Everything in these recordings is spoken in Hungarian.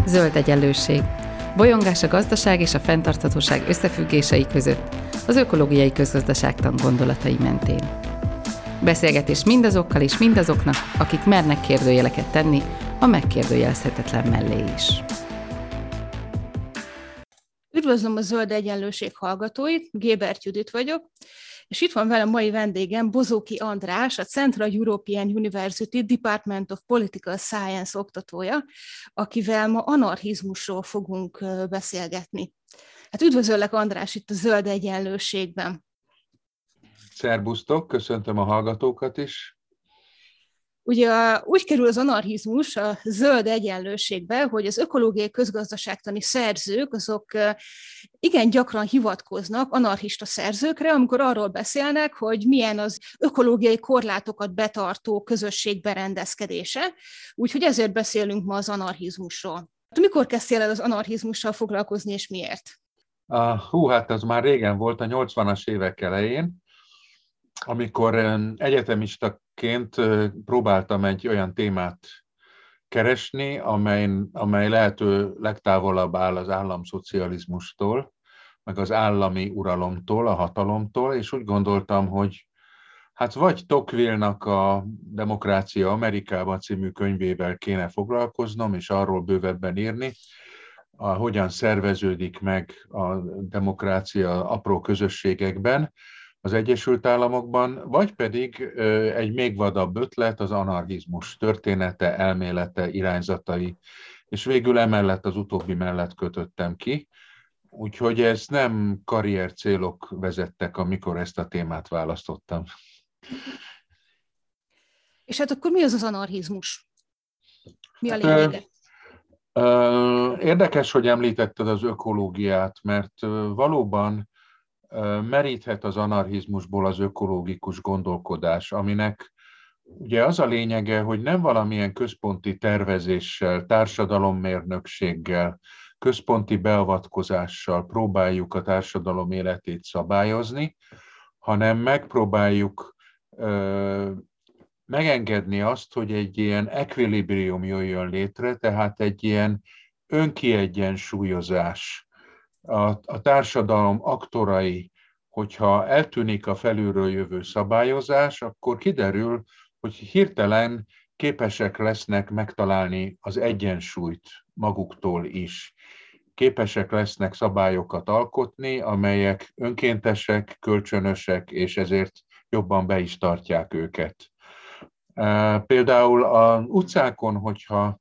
Zöld egyenlőség. Bolyongás a gazdaság és a fenntarthatóság összefüggései között, az ökológiai közgazdaságtan gondolatai mentén. Beszélgetés mindazokkal és mindazoknak, akik mernek kérdőjeleket tenni a megkérdőjelezhetetlen mellé is. Üdvözlöm a Zöld Egyenlőség hallgatóit, Gébert Judit vagyok, és itt van velem mai vendégem Bozóki András, a Central European University Department of Political Science oktatója, akivel ma anarchizmusról fogunk beszélgetni. Hát üdvözöllek, András, itt a Zöld Egyenlőségben. Szerbusztok, köszöntöm a hallgatókat is. Ugye úgy kerül az anarchizmus a zöld egyenlőségbe, hogy az ökológiai közgazdaságtani szerzők, azok igen gyakran hivatkoznak anarchista szerzőkre, amikor arról beszélnek, hogy milyen az ökológiai korlátokat betartó közösség berendezkedése. Úgyhogy ezért beszélünk ma az anarchizmusról. Mikor kezdtél el az anarchizmussal foglalkozni, és miért? Hát az már régen volt, a 80-as évek elején, amikor egyetemistaként próbáltam egy olyan témát keresni, amely lehető legtávolabb áll az államszocializmustól, meg az állami uralomtól, a hatalomtól, és úgy gondoltam, hogy hát vagy Tocqueville-nak a Demokrácia Amerikában című könyvével kéne foglalkoznom, és arról bővebben írni, hogyan szerveződik meg a demokrácia apró közösségekben, az Egyesült Államokban, vagy pedig egy még vadabb ötlet, az anarchizmus története, elmélete, irányzatai, és végül emellett az utóbbi mellett kötöttem ki. Úgyhogy ez nem karrier célok vezettek, amikor ezt a témát választottam. És hát akkor mi az az anarchizmus? Mi a lényege? Érdekes, hogy említetted az ökológiát, mert valóban meríthet az anarchizmusból az ökológikus gondolkodás, aminek ugye az a lényege, hogy nem valamilyen központi tervezéssel, társadalommérnökséggel, központi beavatkozással próbáljuk a társadalom életét szabályozni, hanem megpróbáljuk megengedni azt, hogy egy ilyen ekvilibrium jöjjön létre, tehát egy ilyen önkiegyensúlyozás. A társadalom aktorai, hogyha eltűnik a felülről jövő szabályozás, akkor kiderül, hogy hirtelen képesek lesznek megtalálni az egyensúlyt maguktól is. Képesek lesznek szabályokat alkotni, amelyek önkéntesek, kölcsönösek, és ezért jobban be is tartják őket. Például az utcákon, hogyha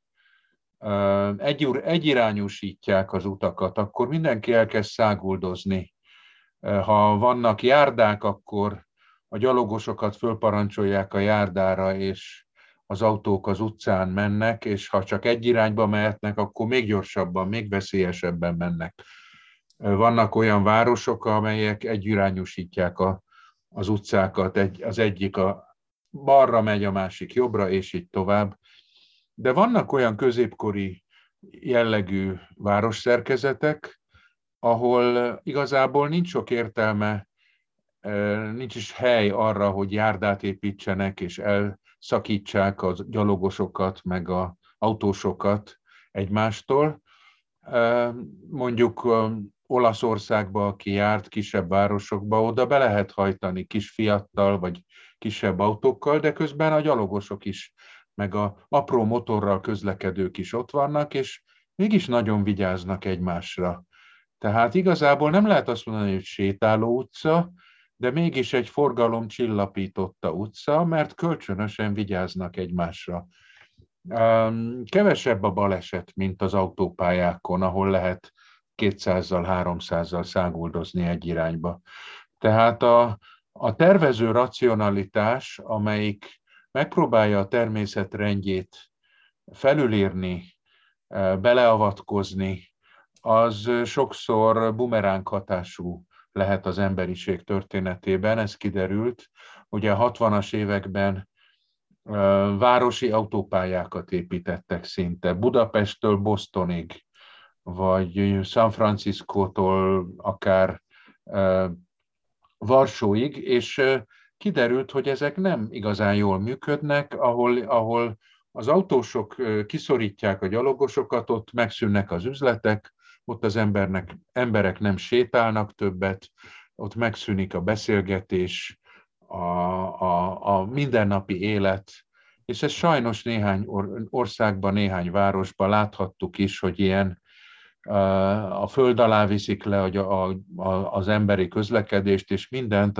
egyirányúsítják az utakat, akkor mindenki elkezd száguldozni. Ha vannak járdák, akkor a gyalogosokat fölparancsolják a járdára, és az autók az utcán mennek, és ha csak egy irányba mehetnek, akkor még gyorsabban, még veszélyesebben mennek. Vannak olyan városok, amelyek egyirányúsítják az utcákat, az egyik a balra megy, a másik jobbra, és így tovább. De vannak olyan középkori jellegű városszerkezetek, ahol igazából nincs sok értelme, nincs is hely arra, hogy járdát építsenek és elszakítsák a gyalogosokat, meg az autósokat egymástól. Mondjuk Olaszországba, aki járt kisebb városokba, oda be lehet hajtani kis Fiattal vagy kisebb autókkal, de közben a gyalogosok is, meg az apró motorral közlekedők is ott vannak, és mégis nagyon vigyáznak egymásra. Tehát igazából nem lehet azt mondani, hogy sétáló utca, de mégis egy forgalom csillapította utca, mert kölcsönösen vigyáznak egymásra. Kevesebb a baleset, mint az autópályákon, ahol lehet 200-zal, 300-zal száguldozni egy irányba. Tehát a tervező racionalitás, amelyik megpróbálja a természet rendjét felülírni, beleavatkozni, az sokszor bumeráng hatású lehet az emberiség történetében. Ez kiderült, ugye a 60-as években városi autópályákat építettek szinte, Budapesttől Bostonig, vagy San Franciscótól akár Varsóig, és kiderült, hogy ezek nem igazán jól működnek, ahol az autósok kiszorítják a gyalogosokat, ott megszűnnek az üzletek, ott az emberek nem sétálnak többet, ott megszűnik a beszélgetés, a mindennapi élet, és ez sajnos néhány országban, néhány városban láthattuk is, hogy ilyen a föld alá viszik le az emberi közlekedést, és mindent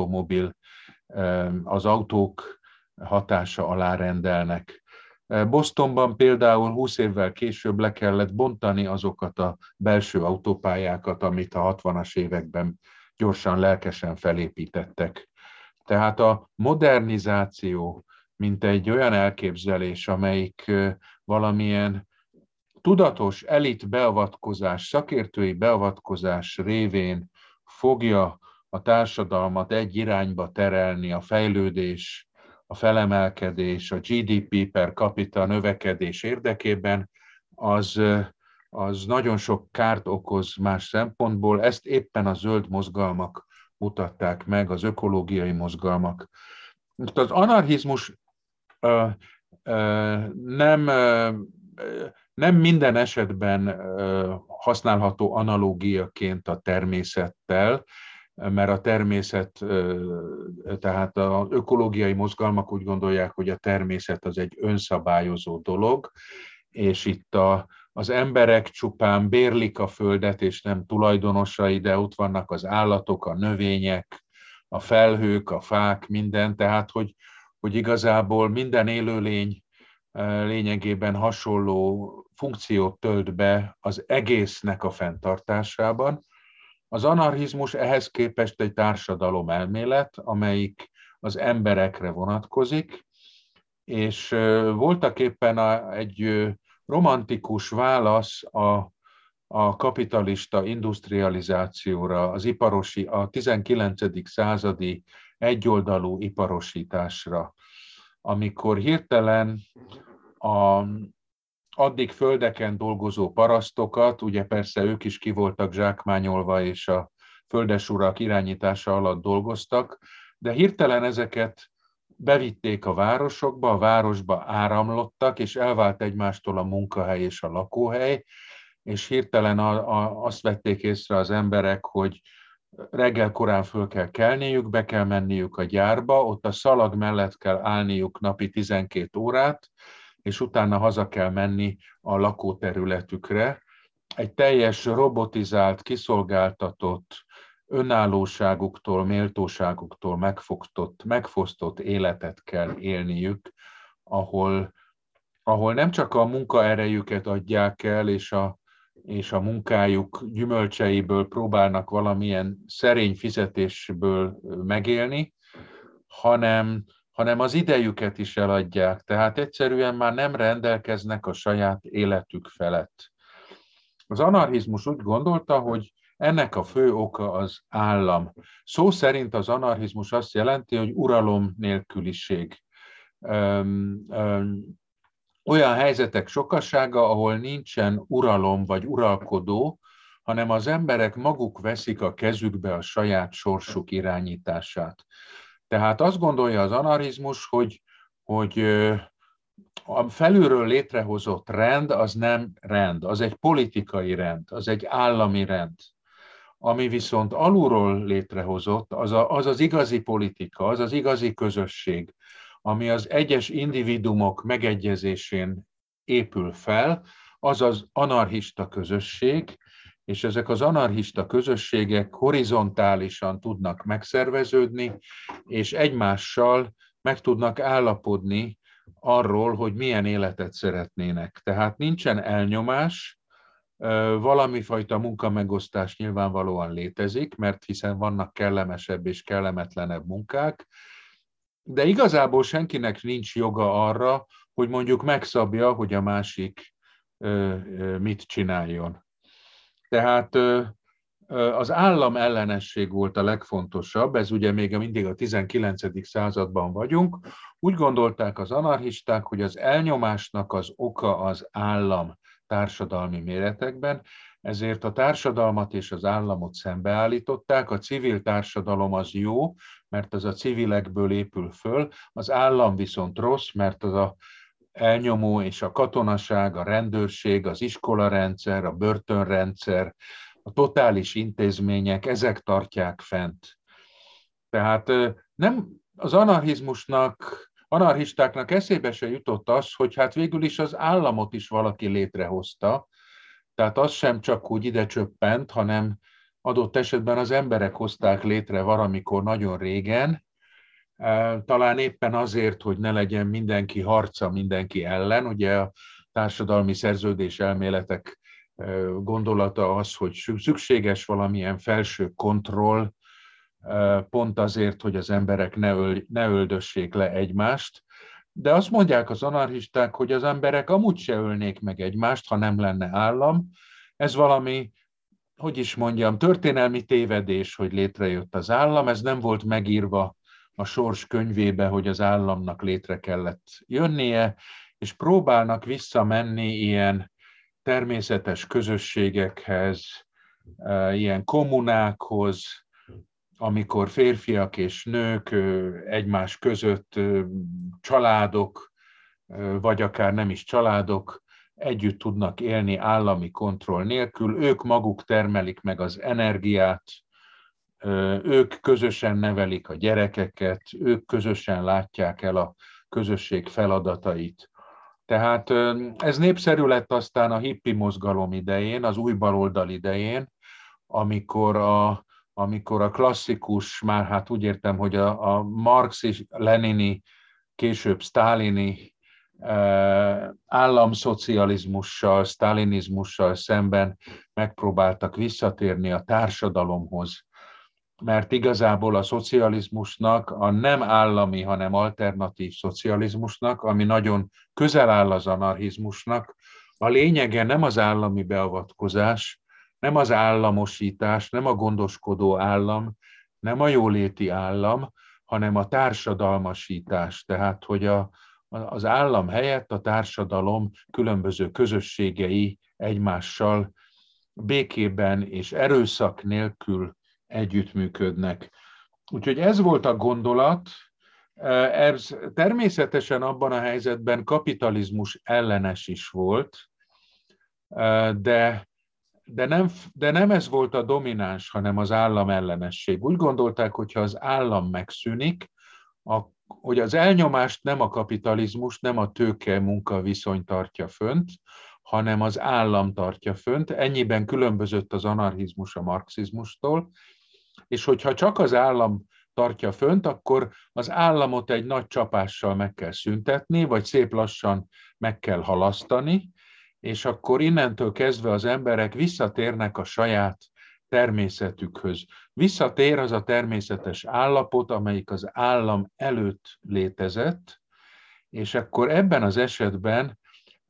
az autók hatása alá rendelnek. Bostonban például 20 évvel később le kellett bontani azokat a belső autópályákat, amit a 60-as években gyorsan, lelkesen felépítettek. Tehát a modernizáció, mint egy olyan elképzelés, amelyik valamilyen tudatos elit beavatkozás, szakértői beavatkozás révén fogja a társadalmat egy irányba terelni, a fejlődés, a felemelkedés, a GDP per capita növekedés érdekében, az nagyon sok kárt okoz más szempontból. Ezt éppen a zöld mozgalmak mutatták meg, az ökológiai mozgalmak. Az anarchizmus nem minden esetben használható analógiaként a természettel, mert a természet, tehát az ökológiai mozgalmak úgy gondolják, hogy a természet az egy önszabályozó dolog, és itt az emberek csupán bérlik a földet, és nem tulajdonosai, de ott vannak az állatok, a növények, a felhők, a fák, minden, tehát hogy igazából minden élőlény lényegében hasonló funkciót tölt be az egésznek a fenntartásában. Az anarchizmus ehhez képest egy társadalomelmélet, amelyik az emberekre vonatkozik, és voltaképpen egy romantikus válasz a kapitalista industrializációra, a 19. századi egyoldalú iparosításra, amikor hirtelen addig földeken dolgozó parasztokat, ugye persze ők is ki voltak zsákmányolva, és a földesurak irányítása alatt dolgoztak, de hirtelen ezeket bevitték a városokba, a városba áramlottak, és elvált egymástól a munkahely és a lakóhely, és hirtelen azt vették észre az emberek, hogy reggel korán föl kell kelniük, be kell menniük a gyárba, ott a szalag mellett kell állniuk napi 12 órát, és utána haza kell menni a lakóterületükre. Egy teljes robotizált, kiszolgáltatott, önállóságuktól, méltóságuktól megfosztott életet kell élniük, ahol nem csak a munkaerejüket adják el, és a munkájuk gyümölcseiből próbálnak valamilyen szerény fizetésből megélni, hanem az idejüket is eladják, tehát egyszerűen már nem rendelkeznek a saját életük felett. Az anarchizmus úgy gondolta, hogy ennek a fő oka az állam. Szó szerint az anarchizmus azt jelenti, hogy uralom nélküliség. Olyan helyzetek sokasága, ahol nincsen uralom vagy uralkodó, hanem az emberek maguk veszik a kezükbe a saját sorsuk irányítását. Tehát azt gondolja az anarchizmus, hogy a felülről létrehozott rend az nem rend, az egy politikai rend, az egy állami rend. Ami viszont alulról létrehozott, az igazi politika, az igazi közösség, ami az egyes individumok megegyezésén épül fel, az az anarchista közösség, és ezek az anarchista közösségek horizontálisan tudnak megszerveződni, és egymással meg tudnak állapodni arról, hogy milyen életet szeretnének. Tehát nincsen elnyomás, valamifajta munkamegosztás nyilvánvalóan létezik, mert hiszen vannak kellemesebb és kellemetlenebb munkák, de igazából senkinek nincs joga arra, hogy mondjuk megszabja, hogy a másik mit csináljon. Tehát az állam ellenesség volt a legfontosabb, ez ugye még mindig a 19. században vagyunk. Úgy gondolták az anarchisták, hogy az elnyomásnak az oka az állam társadalmi méretekben, ezért a társadalmat és az államot szembeállították. A civil társadalom az jó, mert az a civilekből épül föl, az állam viszont rossz, mert az elnyomó, és a katonaság, a rendőrség, az iskolarendszer, a börtönrendszer, a totális intézmények, ezek tartják fent. Tehát nem az anarchistáknak eszébe se jutott az, hogy hát végül is az államot is valaki létrehozta, tehát az sem csak úgy ide csöppent, hanem adott esetben az emberek hozták létre valamikor nagyon régen, talán éppen azért, hogy ne legyen mindenki harca mindenki ellen. Ugye a társadalmi szerződés elméletek gondolata az, hogy szükséges valamilyen felső kontroll, pont azért, hogy az emberek ne öldössék le egymást. De azt mondják az anarchisták, hogy az emberek amúgy se ölnék meg egymást, ha nem lenne állam. Ez valami, hogy is mondjam, történelmi tévedés, hogy létrejött az állam. Ez nem volt megírva a sors könyvébe, hogy az államnak létre kellett jönnie, és próbálnak visszamenni ilyen természetes közösségekhez, ilyen kommunákhoz, amikor férfiak és nők egymás között, családok, vagy akár nem is családok, együtt tudnak élni állami kontroll nélkül, ők maguk termelik meg az energiát, ők közösen nevelik a gyerekeket, ők közösen látják el a közösség feladatait. Tehát ez népszerű lett aztán a hippi mozgalom idején, az új baloldal idején, amikor a klasszikus, már hát úgy értem, hogy a marxi, lenini, később sztálini államszocializmussal, sztálinizmussal szemben megpróbáltak visszatérni a társadalomhoz, mert igazából a szocializmusnak, a nem állami, hanem alternatív szocializmusnak, ami nagyon közel áll az anarchizmusnak, a lényege nem az állami beavatkozás, nem az államosítás, nem a gondoskodó állam, nem a jóléti állam, hanem a társadalmasítás. Tehát, hogy az állam helyett a társadalom különböző közösségei egymással békében és erőszak nélkül együttműködnek. Úgyhogy ez volt a gondolat. Ez természetesen abban a helyzetben kapitalizmus ellenes is volt, de nem ez volt a domináns, hanem az állam ellenesség. Úgy gondolták, hogyha az állam megszűnik, hogy az elnyomást nem a kapitalizmus, nem a tőke-munka viszony tartja fönt, hanem az állam tartja fönt. Ennyiben különbözött az anarchizmus a marxizmustól, és hogyha csak az állam tartja fönt, akkor az államot egy nagy csapással meg kell szüntetni, vagy szép lassan meg kell halasztani, és akkor innentől kezdve az emberek visszatérnek a saját természetükhöz. Visszatér az a természetes állapot, amelyik az állam előtt létezett, és akkor ebben az esetben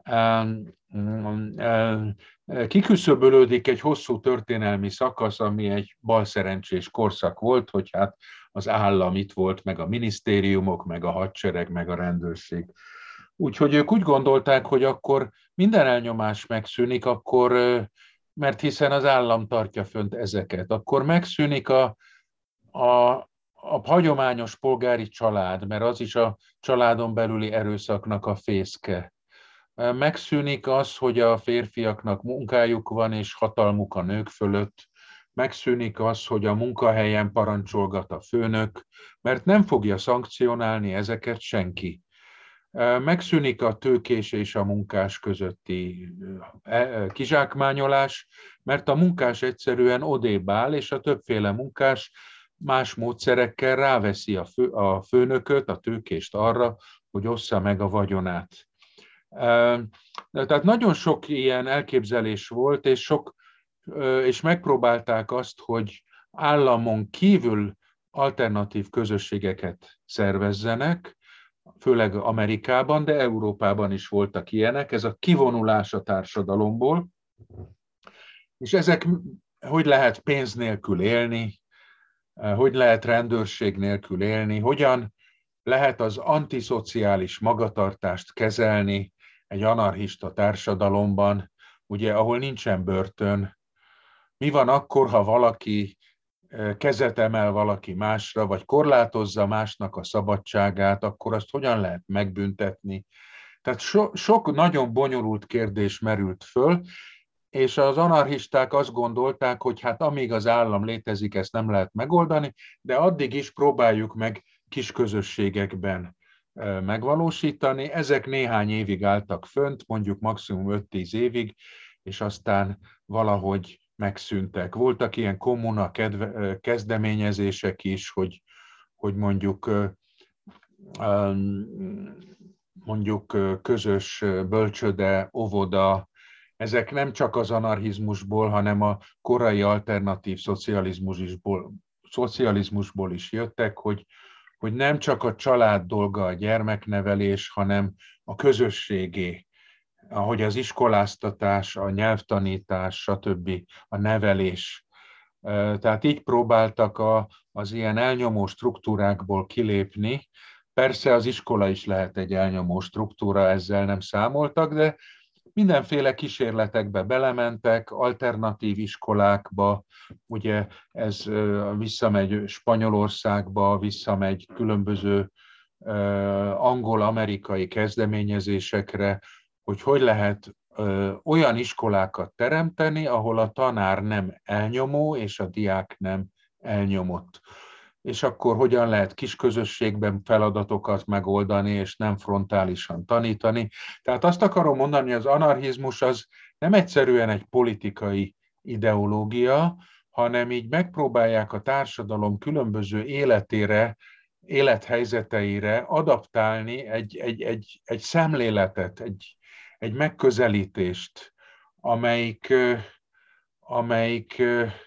kiküszöbölődik egy hosszú történelmi szakasz, ami egy balszerencsés korszak volt, hogy hát az állam itt volt, meg a minisztériumok, meg a hadsereg, meg a rendőrség. Úgyhogy ők úgy gondolták, hogy akkor minden elnyomás megszűnik, akkor, mert hiszen az állam tartja fönt ezeket, akkor megszűnik a hagyományos polgári család, mert az is a családon belüli erőszaknak a fészke. Megszűnik az, hogy a férfiaknak munkájuk van és hatalmuk a nők fölött. Megszűnik az, hogy a munkahelyen parancsolgat a főnök, mert nem fogja szankcionálni ezeket senki. Megszűnik a tőkés és a munkás közötti kizsákmányolás, mert a munkás egyszerűen odébb áll, és a többféle munkás más módszerekkel ráveszi a főnököt, a tőkést arra, hogy ossza meg a vagyonát. Tehát nagyon sok ilyen elképzelés volt, és megpróbálták azt, hogy államon kívül alternatív közösségeket szervezzenek, főleg Amerikában, de Európában is voltak ilyenek, ez a kivonulás a társadalomból, és ezek hogy lehet pénz nélkül élni, hogy lehet rendőrség nélkül élni, hogyan lehet az antiszociális magatartást kezelni egy anarchista társadalomban, ugye, ahol nincsen börtön. Mi van akkor, ha valaki kezet emel valaki másra, vagy korlátozza másnak a szabadságát, akkor azt hogyan lehet megbüntetni? Tehát sok nagyon bonyolult kérdés merült föl, és az anarchisták azt gondolták, hogy hát amíg az állam létezik, ezt nem lehet megoldani, de addig is próbáljuk meg kis közösségekben megvalósítani. Ezek néhány évig álltak fönt, mondjuk maximum 5-10 évig, és aztán valahogy megszűntek. Voltak ilyen kommuna kezdeményezések is, hogy mondjuk közös bölcsőde, óvoda, ezek nem csak az anarchizmusból, hanem a korai alternatív szocializmusból is jöttek, hogy nem csak a család dolga a gyermeknevelés, hanem a közösségé, ahogy az iskoláztatás, a nyelvtanítás, stb. A nevelés. Tehát így próbáltak az ilyen elnyomó struktúrákból kilépni. Persze az iskola is lehet egy elnyomó struktúra, ezzel nem számoltak, de mindenféle kísérletekbe belementek, alternatív iskolákba, ugye ez visszamegy Spanyolországba, visszamegy különböző angol-amerikai kezdeményezésekre, hogy lehet olyan iskolákat teremteni, ahol a tanár nem elnyomó, és a diák nem elnyomott. És akkor hogyan lehet kisközösségben feladatokat megoldani, és nem frontálisan tanítani. Tehát azt akarom mondani, hogy az anarchizmus az nem egyszerűen egy politikai ideológia, hanem így megpróbálják a társadalom különböző életére, élethelyzeteire adaptálni egy szemléletet, egy megközelítést, amelyik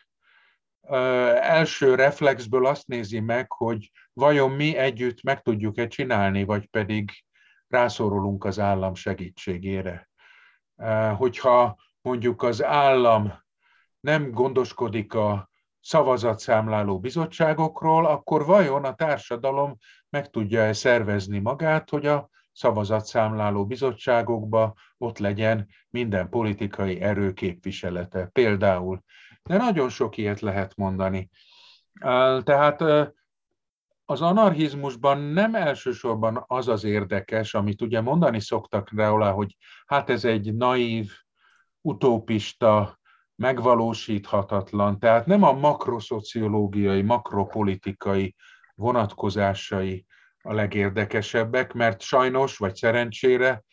első reflexből azt nézi meg, hogy vajon mi együtt meg tudjuk-e csinálni, vagy pedig rászorulunk az állam segítségére. Hogyha mondjuk az állam nem gondoskodik a szavazatszámláló bizottságokról, akkor vajon a társadalom meg tudja-e szervezni magát, hogy a szavazatszámláló bizottságokba ott legyen minden politikai erő képviselete például. De nagyon sok ilyet lehet mondani. Tehát az anarchizmusban nem elsősorban az az érdekes, amit ugye mondani szoktak róla, hogy hát ez egy naív, utópista, megvalósíthatatlan, tehát nem a makroszociológiai, makropolitikai vonatkozásai a legérdekesebbek, mert sajnos, vagy szerencsére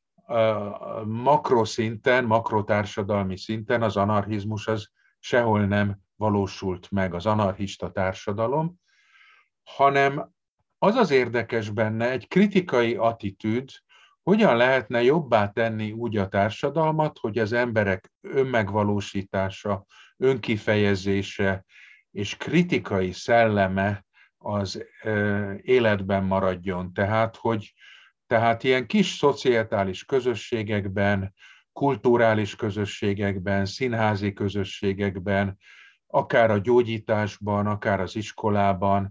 makroszinten, makrotársadalmi szinten az anarchizmus az sehol nem valósult meg, az anarchista társadalom, hanem az az érdekes benne, egy kritikai attitűd, hogyan lehetne jobbá tenni úgy a társadalmat, hogy az emberek önmegvalósítása, önkifejezése és kritikai szelleme az életben maradjon. Tehát ilyen kis szocietális közösségekben, kulturális közösségekben, színházi közösségekben, akár a gyógyításban, akár az iskolában,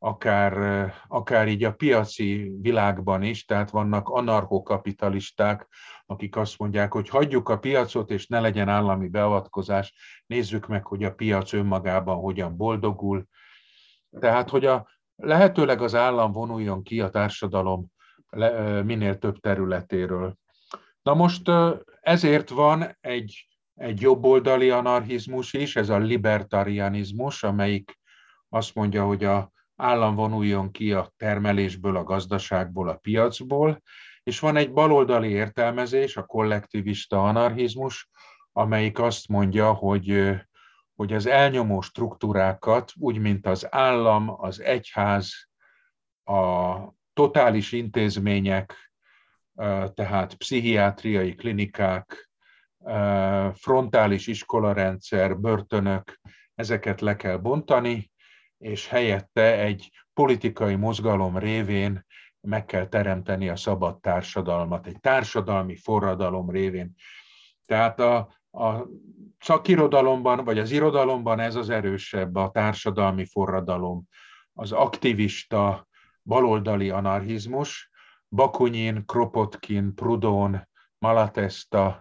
akár így a piaci világban is, tehát vannak anarchokapitalisták, akik azt mondják, hogy hagyjuk a piacot, és ne legyen állami beavatkozás, nézzük meg, hogy a piac önmagában hogyan boldogul. Tehát, hogy lehetőleg az állam vonuljon ki a társadalom minél több területéről. Na most ezért van egy jobboldali anarchizmus is, ez a libertarianizmus, amelyik azt mondja, hogy az állam vonuljon ki a termelésből, a gazdaságból, a piacból, és van egy baloldali értelmezés, a kollektivista anarchizmus, amelyik azt mondja, hogy az elnyomó struktúrákat, úgy mint az állam, az egyház, a totális intézmények, tehát pszichiátriai klinikák, frontális iskolarendszer, börtönök, ezeket le kell bontani, és helyette egy politikai mozgalom révén meg kell teremteni a szabad társadalmat, egy társadalmi forradalom révén. Tehát a szakirodalomban, vagy az irodalomban ez az erősebb, a társadalmi forradalom, az aktivista, baloldali anarchizmus. Bakunin, Kropotkin, Proudhon, Malatesta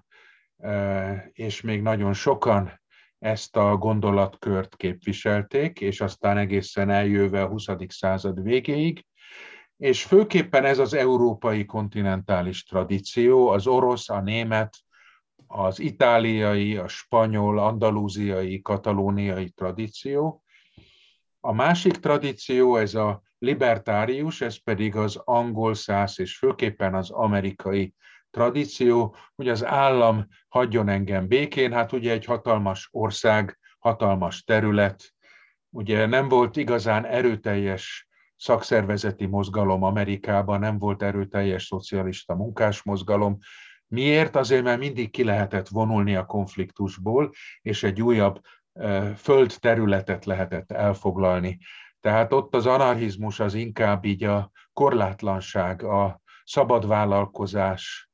és még nagyon sokan ezt a gondolatkört képviselték, és aztán egészen eljöve a 20. század végéig. és főképpen ez az európai kontinentális tradíció, az orosz, a német, az itáliai, a spanyol, andalúziai, katalóniai tradíció. A másik tradíció, ez a libertárius, ez pedig az angol szász és főképpen az amerikai tradíció, hogy az állam hagyjon engem békén, hát ugye egy hatalmas ország, hatalmas terület, ugye nem volt igazán erőteljes szakszervezeti mozgalom Amerikában, nem volt erőteljes szocialista munkásmozgalom. Miért? Azért, mert mindig ki lehetett vonulni a konfliktusból, és egy újabb földterületet lehetett elfoglalni. Tehát ott az anarchizmus az inkább így a korlátlanság, a szabad vállalkozás,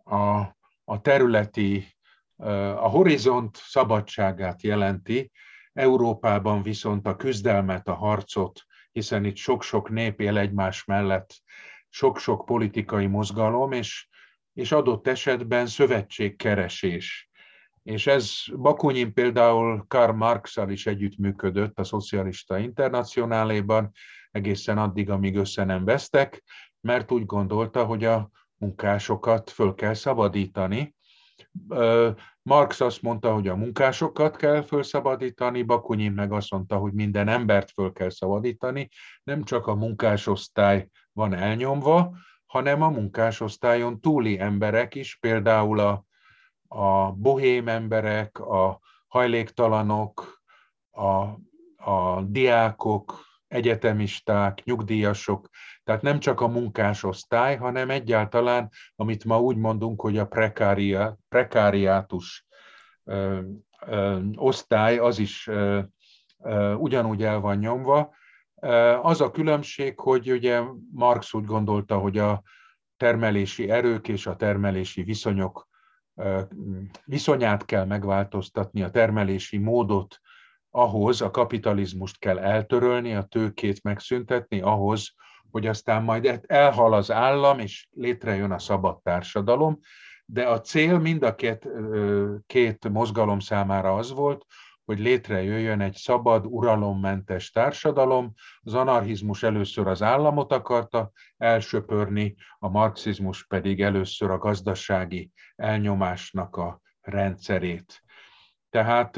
a területi, a horizont szabadságát jelenti. Európában viszont a küzdelmet, a harcot, hiszen itt sok-sok nép él egymás mellett, sok-sok politikai mozgalom, és adott esetben szövetségkeresés. És ez Bakunin például Karl Marx-szal is együttműködött a Szocialista Internacionáléban, egészen addig, amíg össze nem vesztek, mert úgy gondolta, hogy a munkásokat föl kell szabadítani. Marx azt mondta, hogy a munkásokat kell fölszabadítani, Bakunin meg azt mondta, hogy minden embert föl kell szabadítani, nem csak a munkásosztály van elnyomva, hanem a munkásosztályon túli emberek is, például a bohém emberek, a hajléktalanok, a diákok, egyetemisták, nyugdíjasok, tehát nem csak a munkásosztály, hanem egyáltalán, amit ma úgy mondunk, hogy a prekáriátus osztály, az is ugyanúgy el van nyomva. Az a különbség, hogy ugye Marx úgy gondolta, hogy a termelési erők és a termelési viszonyok viszonyát kell megváltoztatni, a termelési módot ahhoz, a kapitalizmust kell eltörölni, a tőkét megszüntetni ahhoz, hogy aztán majd elhal az állam, és létrejön a szabad társadalom, de a cél mind a két mozgalom számára az volt, hogy létrejöjjön egy szabad, uralommentes társadalom. Az anarchizmus először az államot akarta elsöpörni, a marxizmus pedig először a gazdasági elnyomásnak a rendszerét. Tehát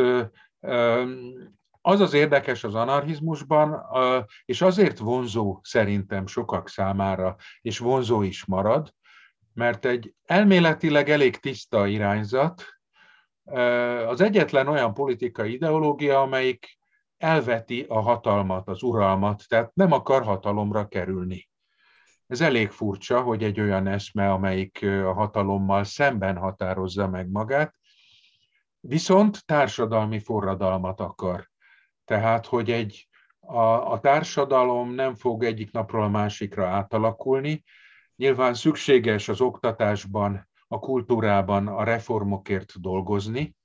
az az érdekes az anarchizmusban, és azért vonzó szerintem sokak számára, és vonzó is marad, mert egy elméletileg elég tiszta irányzat, az egyetlen olyan politikai ideológia, amelyik elveti a hatalmat, az uralmat, tehát nem akar hatalomra kerülni. Ez elég furcsa, hogy egy olyan eszme, amelyik a hatalommal szemben határozza meg magát, viszont társadalmi forradalmat akar. Tehát, hogy a társadalom nem fog egyik napról a másikra átalakulni. Nyilván szükséges az oktatásban, a kultúrában a reformokért dolgozni,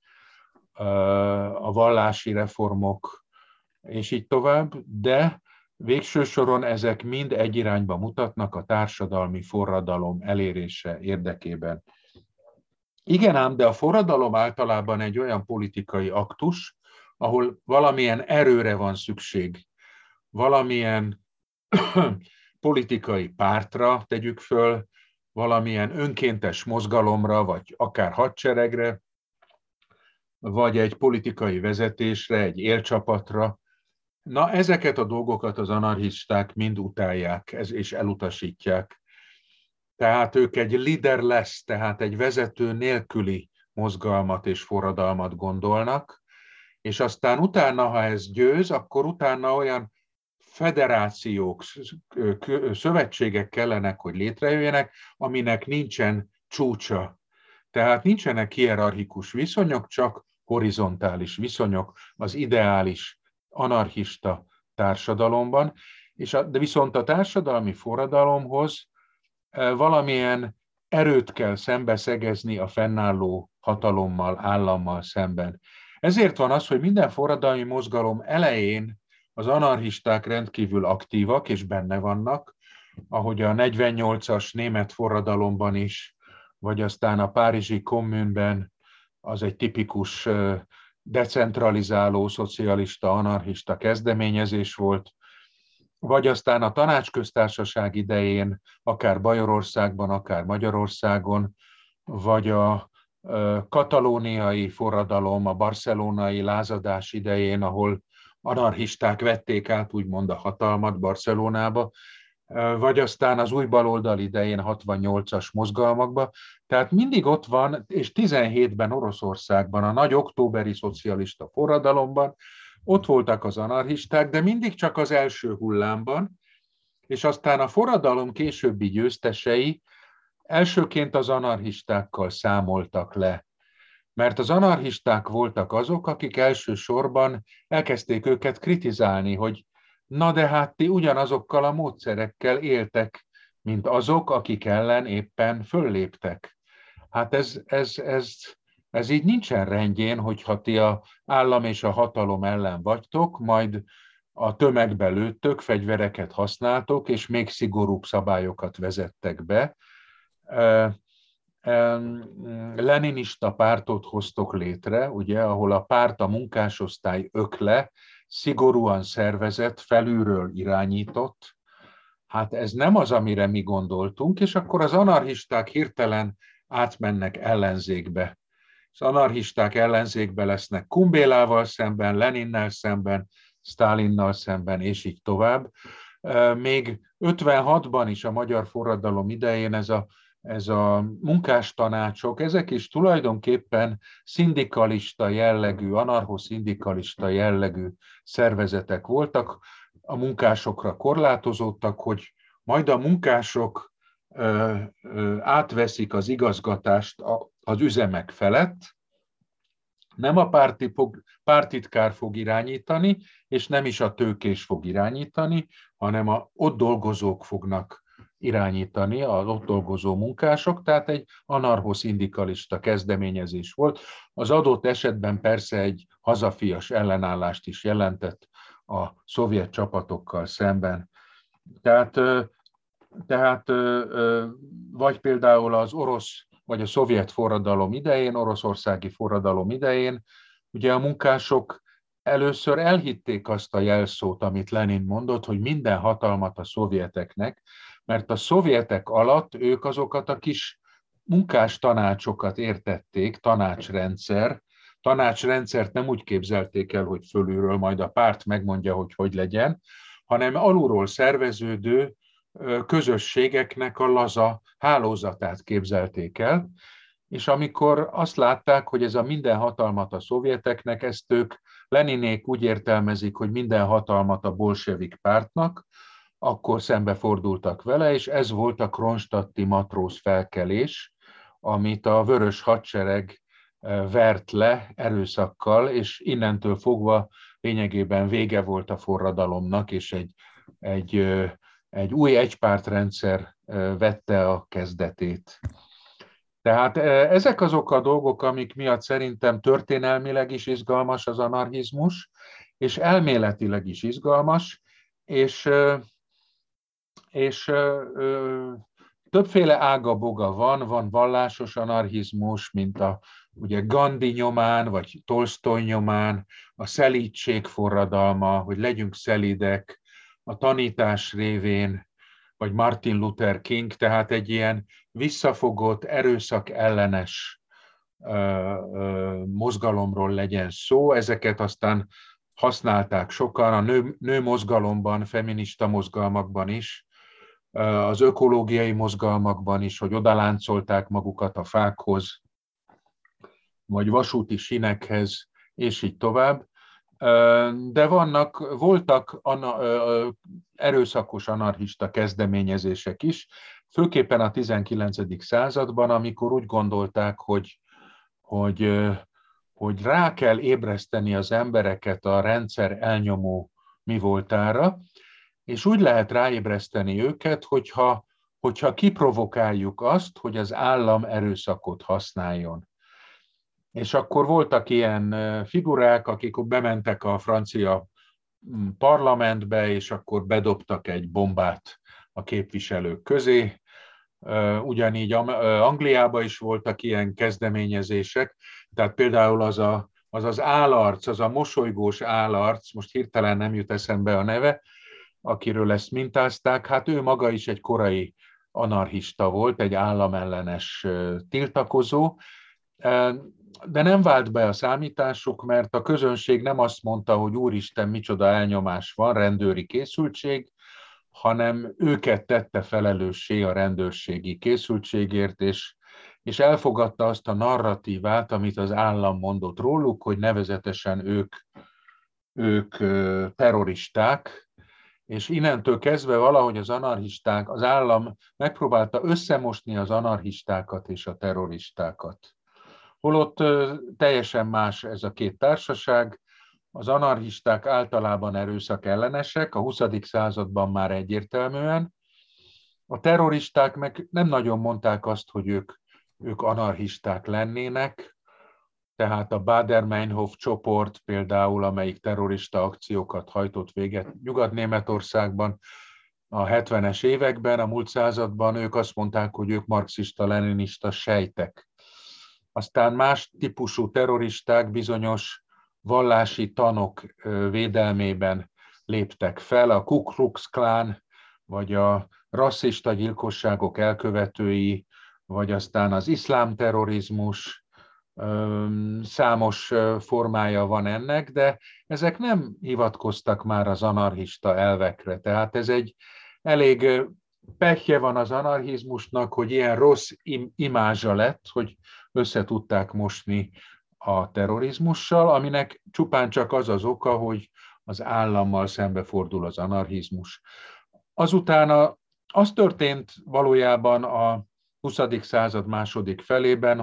a vallási reformok, és így tovább, de végső soron ezek mind egy irányba mutatnak a társadalmi forradalom elérése érdekében. Igen ám, de a forradalom általában egy olyan politikai aktus, ahol valamilyen erőre van szükség, valamilyen politikai pártra tegyük föl, valamilyen önkéntes mozgalomra, vagy akár hadseregre, vagy egy politikai vezetésre, egy élcsapatra. Na, ezeket a dolgokat az anarchisták mind utálják és elutasítják. Tehát ők egy leaderless, tehát egy vezető nélküli mozgalmat és forradalmat gondolnak, és aztán utána, ha ez győz, akkor utána olyan federációk, szövetségek kellenek, hogy létrejöjjenek, aminek nincsen csúcsa. Tehát nincsenek hierarchikus viszonyok, csak horizontális viszonyok az ideális anarchista társadalomban, de viszont a társadalmi forradalomhoz valamilyen erőt kell szembeszegezni a fennálló hatalommal, állammal szemben. Ezért van az, hogy minden forradalmi mozgalom elején az anarchisták rendkívül aktívak, és benne vannak, ahogy a 48-as német forradalomban is, vagy aztán a párizsi kommunben, az egy tipikus decentralizáló, szocialista, anarchista kezdeményezés volt. vagy aztán a Tanácsköztársaság idején, akár Bajorországban, akár Magyarországon, vagy a katalóniai forradalom, a barcelonai lázadás idején, ahol anarchisták vették át úgymond a hatalmat Barcelonába, vagy aztán az új baloldal idején 68-as mozgalmakba. Tehát mindig ott van, és 17-ben Oroszországban, a nagy októberi szocialista forradalomban ott voltak az anarchisták, de mindig csak az első hullámban, és aztán a forradalom későbbi győztesei elsőként az anarchistákkal számoltak le. Mert az anarchisták voltak azok, akik elsősorban elkezdték őket kritizálni, hogy na de hát ti ugyanazokkal a módszerekkel éltek, mint azok, akik ellen éppen fölléptek. Hát ez így nincsen rendjén, hogyha ti az állam és a hatalom ellen vagytok, majd a tömegbe lőttök, fegyvereket használtok, és még szigorúbb szabályokat vezettek be. Leninista pártot hoztok létre, ugye, ahol a párt, a munkásosztály ökle, szigorúan szervezett, felülről irányított. Hát ez nem az, amire mi gondoltunk, és akkor az anarchisták hirtelen átmennek ellenzékbe. Az anarchisták ellenzékbe lesznek Kumbélával szemben, Leninnel szemben, Sztálinnal szemben, és így tovább. Még 56-ban is a magyar forradalom idején ez a munkástanácsok, ezek is tulajdonképpen szindikalista jellegű, anarcho-szindikalista jellegű szervezetek voltak, a munkásokra korlátozódtak, hogy majd a munkások átveszik az igazgatást az üzemek felett, nem a pártitkár fog irányítani, és nem is a tőkés fog irányítani, hanem ott dolgozók fognak irányítani, az ott dolgozó munkások, tehát egy anarcho-szindikalista kezdeményezés volt. Az adott esetben persze egy hazafias ellenállást is jelentett a szovjet csapatokkal szemben. Tehát vagy például az orosz vagy a szovjet forradalom idején, oroszországi forradalom idején, ugye a munkások először elhitték azt a jelszót, amit Lenin mondott, hogy minden hatalmat a szovjeteknek, mert a szovjetek alatt ők azokat a kis munkás tanácsokat értették, tanácsrendszert nem úgy képzelték el, hogy fölülről majd a párt megmondja, hogy hogy legyen, hanem alulról szerveződő közösségeknek a laza hálózatát képzelték el, és amikor azt látták, hogy ez a minden hatalmat a szovjeteknek, ezt ők Leninék úgy értelmezik, hogy minden hatalmat a bolsevik pártnak, akkor szembefordultak vele, és ez volt a kronstadti matróz felkelés, amit a Vörös Hadsereg vert le erőszakkal, és innentől fogva lényegében vége volt a forradalomnak, és egy új egypártrendszer vette a kezdetét. Tehát ezek azok a dolgok, amik miatt szerintem történelmileg is izgalmas az anarchizmus, és elméletileg is izgalmas, és többféle ága-boga van vallásos anarchizmus, mint ugye Gandhi nyomán, vagy Tolsztoj nyomán, a szelídség forradalma, hogy legyünk szelídek, a tanítás révén, vagy Martin Luther King, tehát egy ilyen visszafogott, erőszak ellenes mozgalomról legyen szó. Ezeket aztán használták sokan, a nő mozgalomban, feminista mozgalmakban is, az ökológiai mozgalmakban is, hogy odaláncolták magukat a fákhoz, vagy vasúti sinekhez, és így tovább. De voltak erőszakos anarchista kezdeményezések is, főképpen a 19. században, amikor úgy gondolták, hogy rá kell ébreszteni az embereket a rendszer elnyomó mi voltára, és úgy lehet ráébreszteni őket, hogyha kiprovokáljuk azt, hogy az állam erőszakot használjon. És akkor voltak ilyen figurák, akik bementek a francia parlamentbe, és akkor bedobtak egy bombát a képviselők közé. Ugyanígy Angliában is voltak ilyen kezdeményezések, tehát például az állarc, az a mosolygós állarc, most hirtelen nem jut eszembe a neve, akiről ezt mintázták, hát ő maga is egy korai anarchista volt, egy államellenes tiltakozó, de nem vált be a számításuk, mert a közönség nem azt mondta, hogy úristen, micsoda elnyomás van, rendőri készültség, hanem őket tette felelőssé a rendőrségi készültségért, és elfogadta azt a narratívát, amit az állam mondott róluk, hogy nevezetesen ők terroristák, és innentől kezdve valahogy az anarchisták, az állam megpróbálta összemosni az anarchistákat és a terroristákat. Holott teljesen más ez a két társaság. Az anarchisták általában erőszak ellenesek, a 20. században már egyértelműen. A terroristák meg nem nagyon mondták azt, hogy ők anarchisták lennének, tehát a Baader-Meinhof csoport például, amelyik terrorista akciókat hajtott véget Nyugat-Németországban a 70-es években, a múlt században, ők azt mondták, hogy ők marxista-leninista sejtek. Aztán más típusú terroristák bizonyos vallási tanok védelmében léptek fel, a Ku Klux Klan, vagy a rasszista gyilkosságok elkövetői, vagy aztán az iszlám terrorizmus, számos formája van ennek, de ezek nem hivatkoztak már az anarchista elvekre. Tehát ez egy elég pehje van az anarchizmusnak, hogy ilyen rossz imázsa lett, hogy össze tudták mosni a terrorizmussal, aminek csupán csak az az oka, hogy az állammal szembefordul az anarchizmus. Azután az történt valójában a 20. század második felében,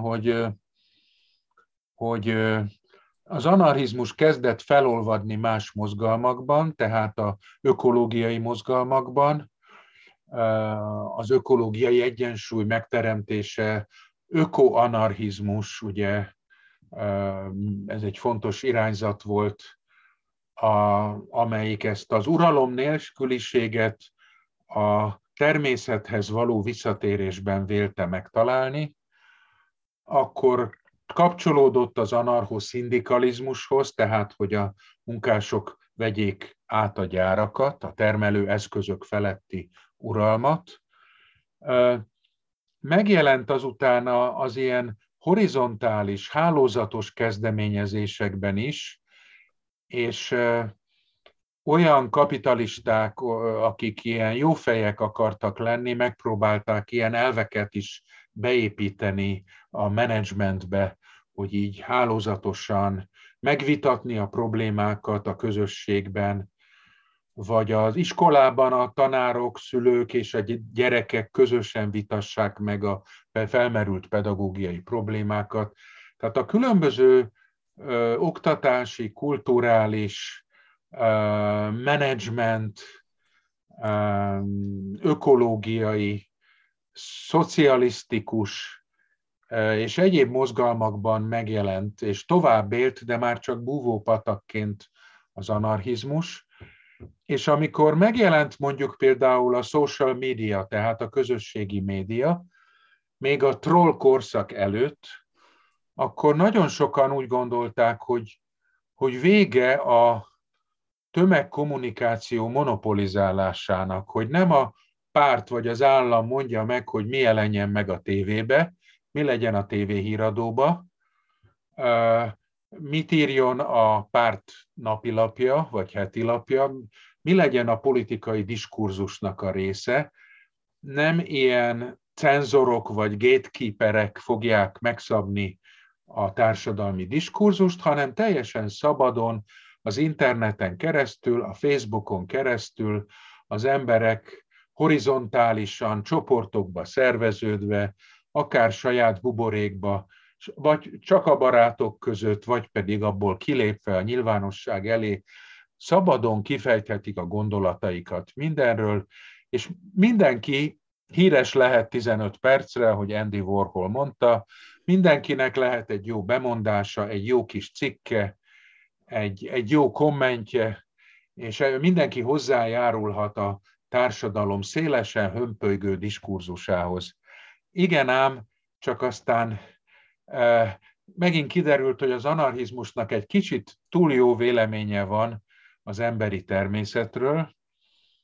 hogy az anarchizmus kezdett felolvadni más mozgalmakban, tehát az ökológiai mozgalmakban, az ökológiai egyensúly megteremtése, ökoanarchizmus, ugye ez egy fontos irányzat volt, amelyik ezt az uralom nélküliséget a természethez való visszatérésben vélte megtalálni, akkor kapcsolódott az anarchoszindikalizmushoz, tehát hogy a munkások vegyék át a gyárakat, a termelő eszközök feletti uralmat. Megjelent azután az ilyen horizontális, hálózatos kezdeményezésekben is, és olyan kapitalisták, akik ilyen jófejek akartak lenni, megpróbálták ilyen elveket is beépíteni a menedzsmentbe, hogy így hálózatosan megvitatni a problémákat a közösségben, vagy az iskolában a tanárok, szülők és a gyerekek közösen vitassák meg a felmerült pedagógiai problémákat. Tehát a különböző oktatási, kulturális, menedzsment, ökológiai, szocialisztikus és egyéb mozgalmakban megjelent, és tovább élt, de már csak búvópatakként az anarchizmus. És amikor megjelent mondjuk például a social media, tehát a közösségi média, még a troll korszak előtt, akkor nagyon sokan úgy gondolták, hogy vége a tömegkommunikáció monopolizálásának, hogy nem a párt vagy az állam mondja meg, hogy mi jelenjen meg a tévébe, mi legyen a tévéhíradóba, mit írjon a párt napilapja vagy hetilapja, mi legyen a politikai diskurzusnak a része. Nem ilyen cenzorok vagy gatekeeperek fogják megszabni a társadalmi diskurzust, hanem teljesen szabadon az interneten keresztül, a Facebookon keresztül az emberek horizontálisan, csoportokba szerveződve, akár saját buborékba, vagy csak a barátok között, vagy pedig abból kilépve a nyilvánosság elé, szabadon kifejthetik a gondolataikat mindenről, és mindenki híres lehet 15 percre, ahogy Andy Warhol mondta, mindenkinek lehet egy jó bemondása, egy jó kis cikke, egy jó kommentje, és mindenki hozzájárulhat a társadalom szélesen hömpölygő diskurzusához. Igen ám, csak aztán megint kiderült, hogy az anarchizmusnak egy kicsit túl jó véleménye van az emberi természetről,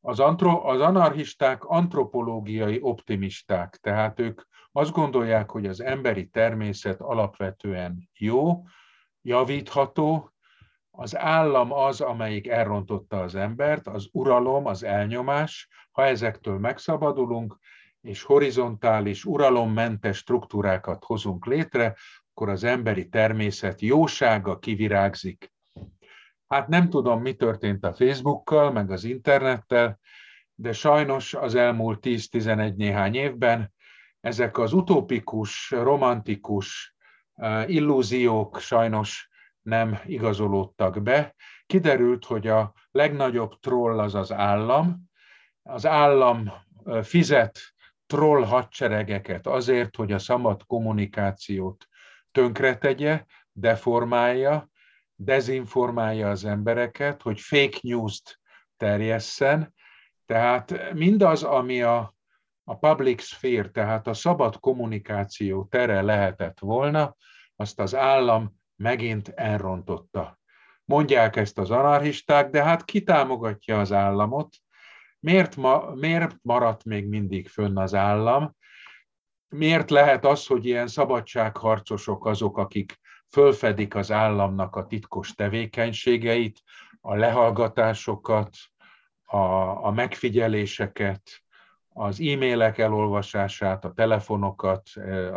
Az anarchisták antropológiai optimisták, tehát ők azt gondolják, hogy az emberi természet alapvetően jó, javítható, az állam az, amelyik elrontotta az embert, az uralom, az elnyomás, ha ezektől megszabadulunk, és horizontális, uralommentes struktúrákat hozunk létre, akkor az emberi természet jósága kivirágzik. Hát nem tudom, mi történt a Facebookkal, meg az internettel, de sajnos az elmúlt 10-11 néhány évben ezek az utópikus, romantikus illúziók sajnos nem igazolódtak be. Kiderült, hogy a legnagyobb troll az az állam. Az állam fizet troll hadseregeket azért, hogy a szabad kommunikációt tönkretegye, deformálja, dezinformálja az embereket, hogy fake news-t terjesszen. Tehát mindaz, ami a public sphere, tehát a szabad kommunikáció tere lehetett volna, azt az állam megint elrontotta. Mondják ezt az anarchisták, de hát ki támogatja az államot? Miért maradt még mindig fönn az állam? Miért lehet az, hogy ilyen szabadságharcosok azok, akik fölfedik az államnak a titkos tevékenységeit, a lehallgatásokat, a megfigyeléseket, az e-mailek elolvasását, a telefonokat,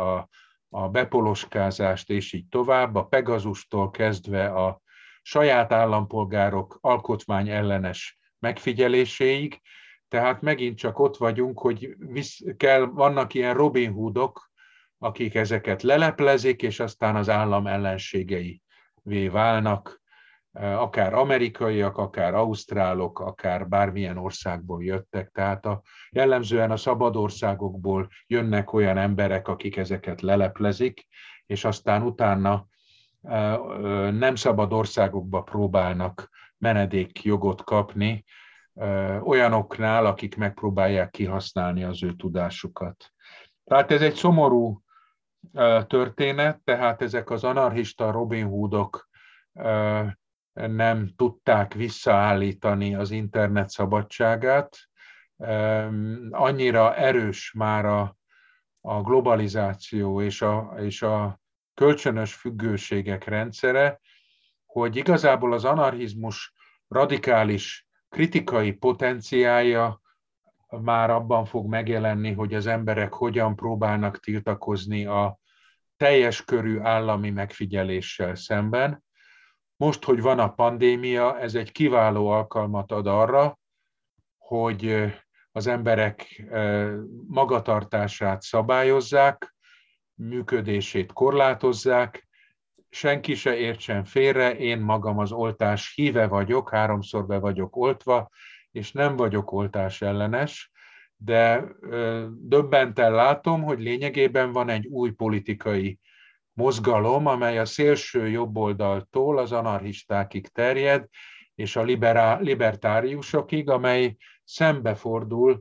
a bepoloskázást és így tovább, a Pegazustól kezdve a saját állampolgárok alkotmányellenes megfigyeléséig. Tehát megint csak ott vagyunk, hogy vannak ilyen Robin Hoodok, akik ezeket leleplezik, és aztán az állam ellenségeivé válnak, akár amerikaiak, akár ausztrálok, akár bármilyen országból jöttek. Tehát jellemzően a szabad országokból jönnek olyan emberek, akik ezeket leleplezik, és aztán utána nem szabad országokba próbálnak menedékjogot kapni, olyanoknál, akik megpróbálják kihasználni az ő tudásukat. Tehát ez egy szomorú történet, tehát ezek az anarchista Robin Hoodok nem tudták visszaállítani az internet szabadságát. Annyira erős már a globalizáció és a kölcsönös függőségek rendszere, hogy igazából az anarchizmus radikális kritikai potenciálja már abban fog megjelenni, hogy az emberek hogyan próbálnak tiltakozni a teljes körű állami megfigyeléssel szemben. Most, hogy van a pandémia, ez egy kiváló alkalmat ad arra, hogy az emberek magatartását szabályozzák, működését korlátozzák, senki se értsen félre, én magam az oltás híve vagyok, 3-szor be vagyok oltva, és nem vagyok oltás ellenes, de döbbenten látom, hogy lényegében van egy új politikai mozgalom, amely a szélső jobboldaltól az anarchistákig terjed, és a libertáriusokig, amely szembefordul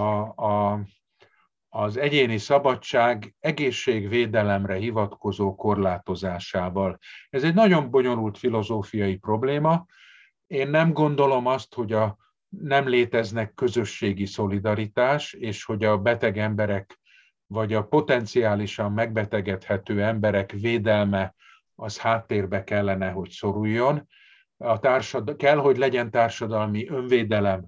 az egyéni szabadság egészségvédelemre hivatkozó korlátozásával. Ez egy nagyon bonyolult filozófiai probléma. Én nem gondolom azt, hogy nem léteznek közösségi szolidaritás, és hogy a beteg emberek, vagy a potenciálisan megbetegedhető emberek védelme az háttérbe kellene, hogy szoruljon. Kell, hogy legyen társadalmi önvédelem,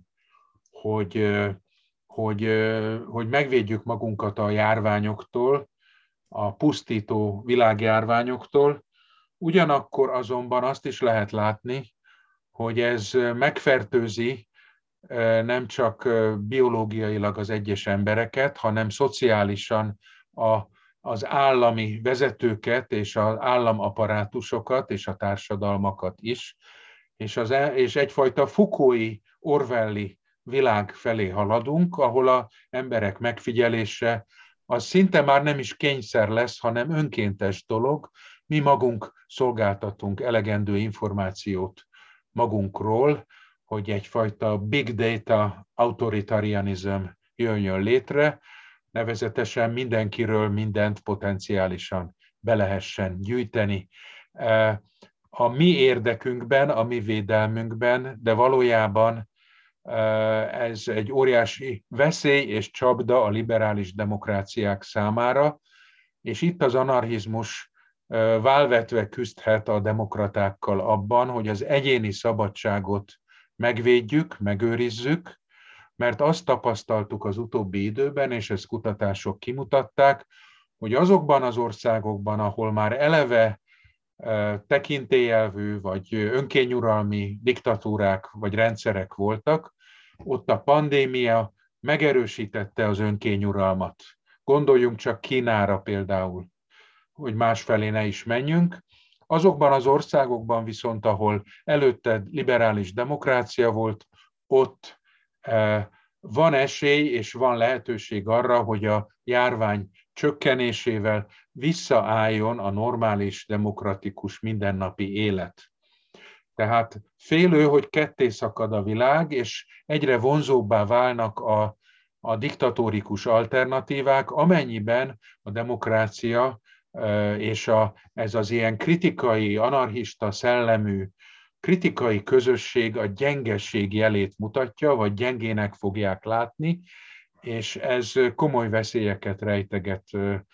hogy megvédjük magunkat a járványoktól, a pusztító világjárványoktól. Ugyanakkor azonban azt is lehet látni, hogy ez megfertőzi nem csak biológiailag az egyes embereket, hanem szociálisan az állami vezetőket és az államaparátusokat és a társadalmakat is, és egyfajta Foucault-i, Orwelli világ felé haladunk, ahol az emberek megfigyelése az szinte már nem is kényszer lesz, hanem önkéntes dolog. Mi magunk szolgáltatunk elegendő információt magunkról, hogy egyfajta big data autoritarianizm jöjjön létre, nevezetesen mindenkiről mindent potenciálisan be lehessen gyűjteni. A mi érdekünkben, a mi védelmünkben, de valójában Ez egy óriási veszély és csapda a liberális demokráciák számára, és itt az anarchizmus válvetve küzdhet a demokratákkal abban, hogy az egyéni szabadságot megvédjük, megőrizzük, mert azt tapasztaltuk az utóbbi időben, és ezt kutatások kimutatták, hogy azokban az országokban, ahol már eleve tekintélyelvű vagy önkényuralmi diktatúrák vagy rendszerek voltak, ott a pandémia megerősítette az önkényuralmat. Gondoljunk csak Kínára például, hogy másfelé ne is menjünk. Azokban az országokban viszont, ahol előtte liberális demokrácia volt, ott van esély és van lehetőség arra, hogy a járvány csökkenésével visszaálljon a normális, demokratikus, mindennapi élet. Tehát félő, hogy ketté szakad a világ, és egyre vonzóbbá válnak a diktatórikus alternatívák, amennyiben a demokrácia és ez az ilyen kritikai, anarchista szellemű, kritikai közösség a gyengeség jelét mutatja, vagy gyengének fogják látni, és ez komoly veszélyeket rejteget.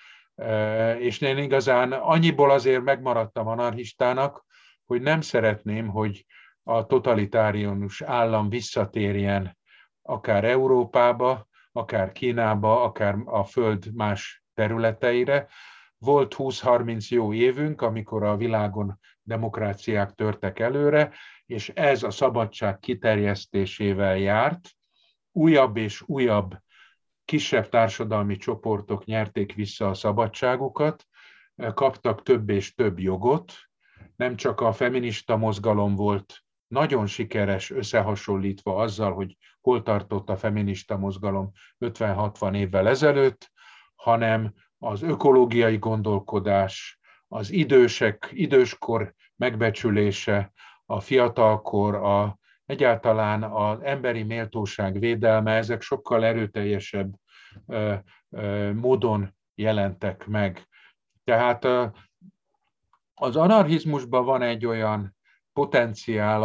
És én igazán annyiból azért megmaradtam anarchistának, hogy nem szeretném, hogy a totalitáriánus állam visszatérjen akár Európába, akár Kínába, akár a Föld más területeire. Volt 20-30 jó évünk, amikor a világon demokráciák törtek előre, és ez a szabadság kiterjesztésével járt. Újabb és újabb kisebb társadalmi csoportok nyerték vissza a szabadságukat, kaptak több és több jogot. Nem csak a feminista mozgalom volt nagyon sikeres összehasonlítva azzal, hogy hol tartott a feminista mozgalom 50-60 évvel ezelőtt, hanem az ökológiai gondolkodás, az időskor megbecsülése, a fiatalkor, egyáltalán az emberi méltóság védelme, ezek sokkal erőteljesebb módon jelentek meg. Tehát az anarchizmusban van egy olyan potenciál,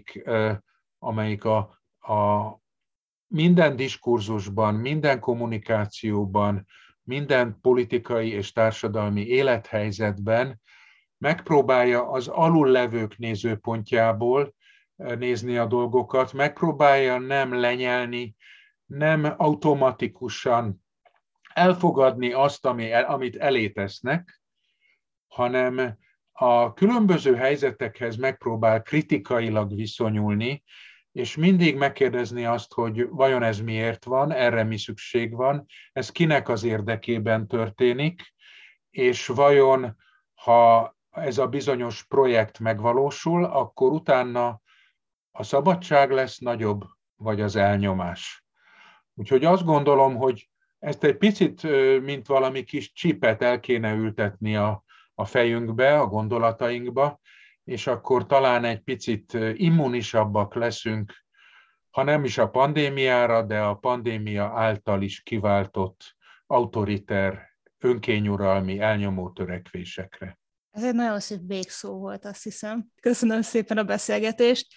amelyik a minden diskurzusban, minden kommunikációban, minden politikai és társadalmi élethelyzetben megpróbálja az alullevők nézőpontjából nézni a dolgokat, megpróbálja nem lenyelni, nem automatikusan elfogadni azt, amit elé tesznek, hanem a különböző helyzetekhez megpróbál kritikailag viszonyulni, és mindig megkérdezni azt, hogy vajon ez miért van, erre mi szükség van, ez kinek az érdekében történik, és vajon, ha ez a bizonyos projekt megvalósul, akkor utána a szabadság lesz nagyobb, vagy az elnyomás. Úgyhogy azt gondolom, hogy ezt egy picit, mint valami kis csipet el kéne ültetni a fejünkbe, a gondolatainkba, és akkor talán egy picit immunisabbak leszünk, ha nem is a pandémiára, de a pandémia által is kiváltott autoriter, önkényuralmi, elnyomó törekvésekre. Ez egy nagyon szép végszó volt, azt hiszem. Köszönöm szépen a beszélgetést!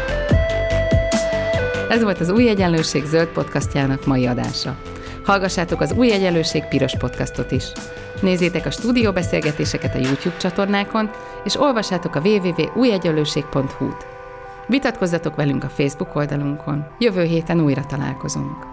Ez volt az Új Egyenlőség zöld podcastjának mai adása. Hallgassátok az Új Egyenlőség piros podcastot is. Nézzétek a stúdióbeszélgetéseket a YouTube csatornákon, és olvassátok a www.újegyenlőség.hu-t. Vitatkozzatok velünk a Facebook oldalunkon. Jövő héten újra találkozunk.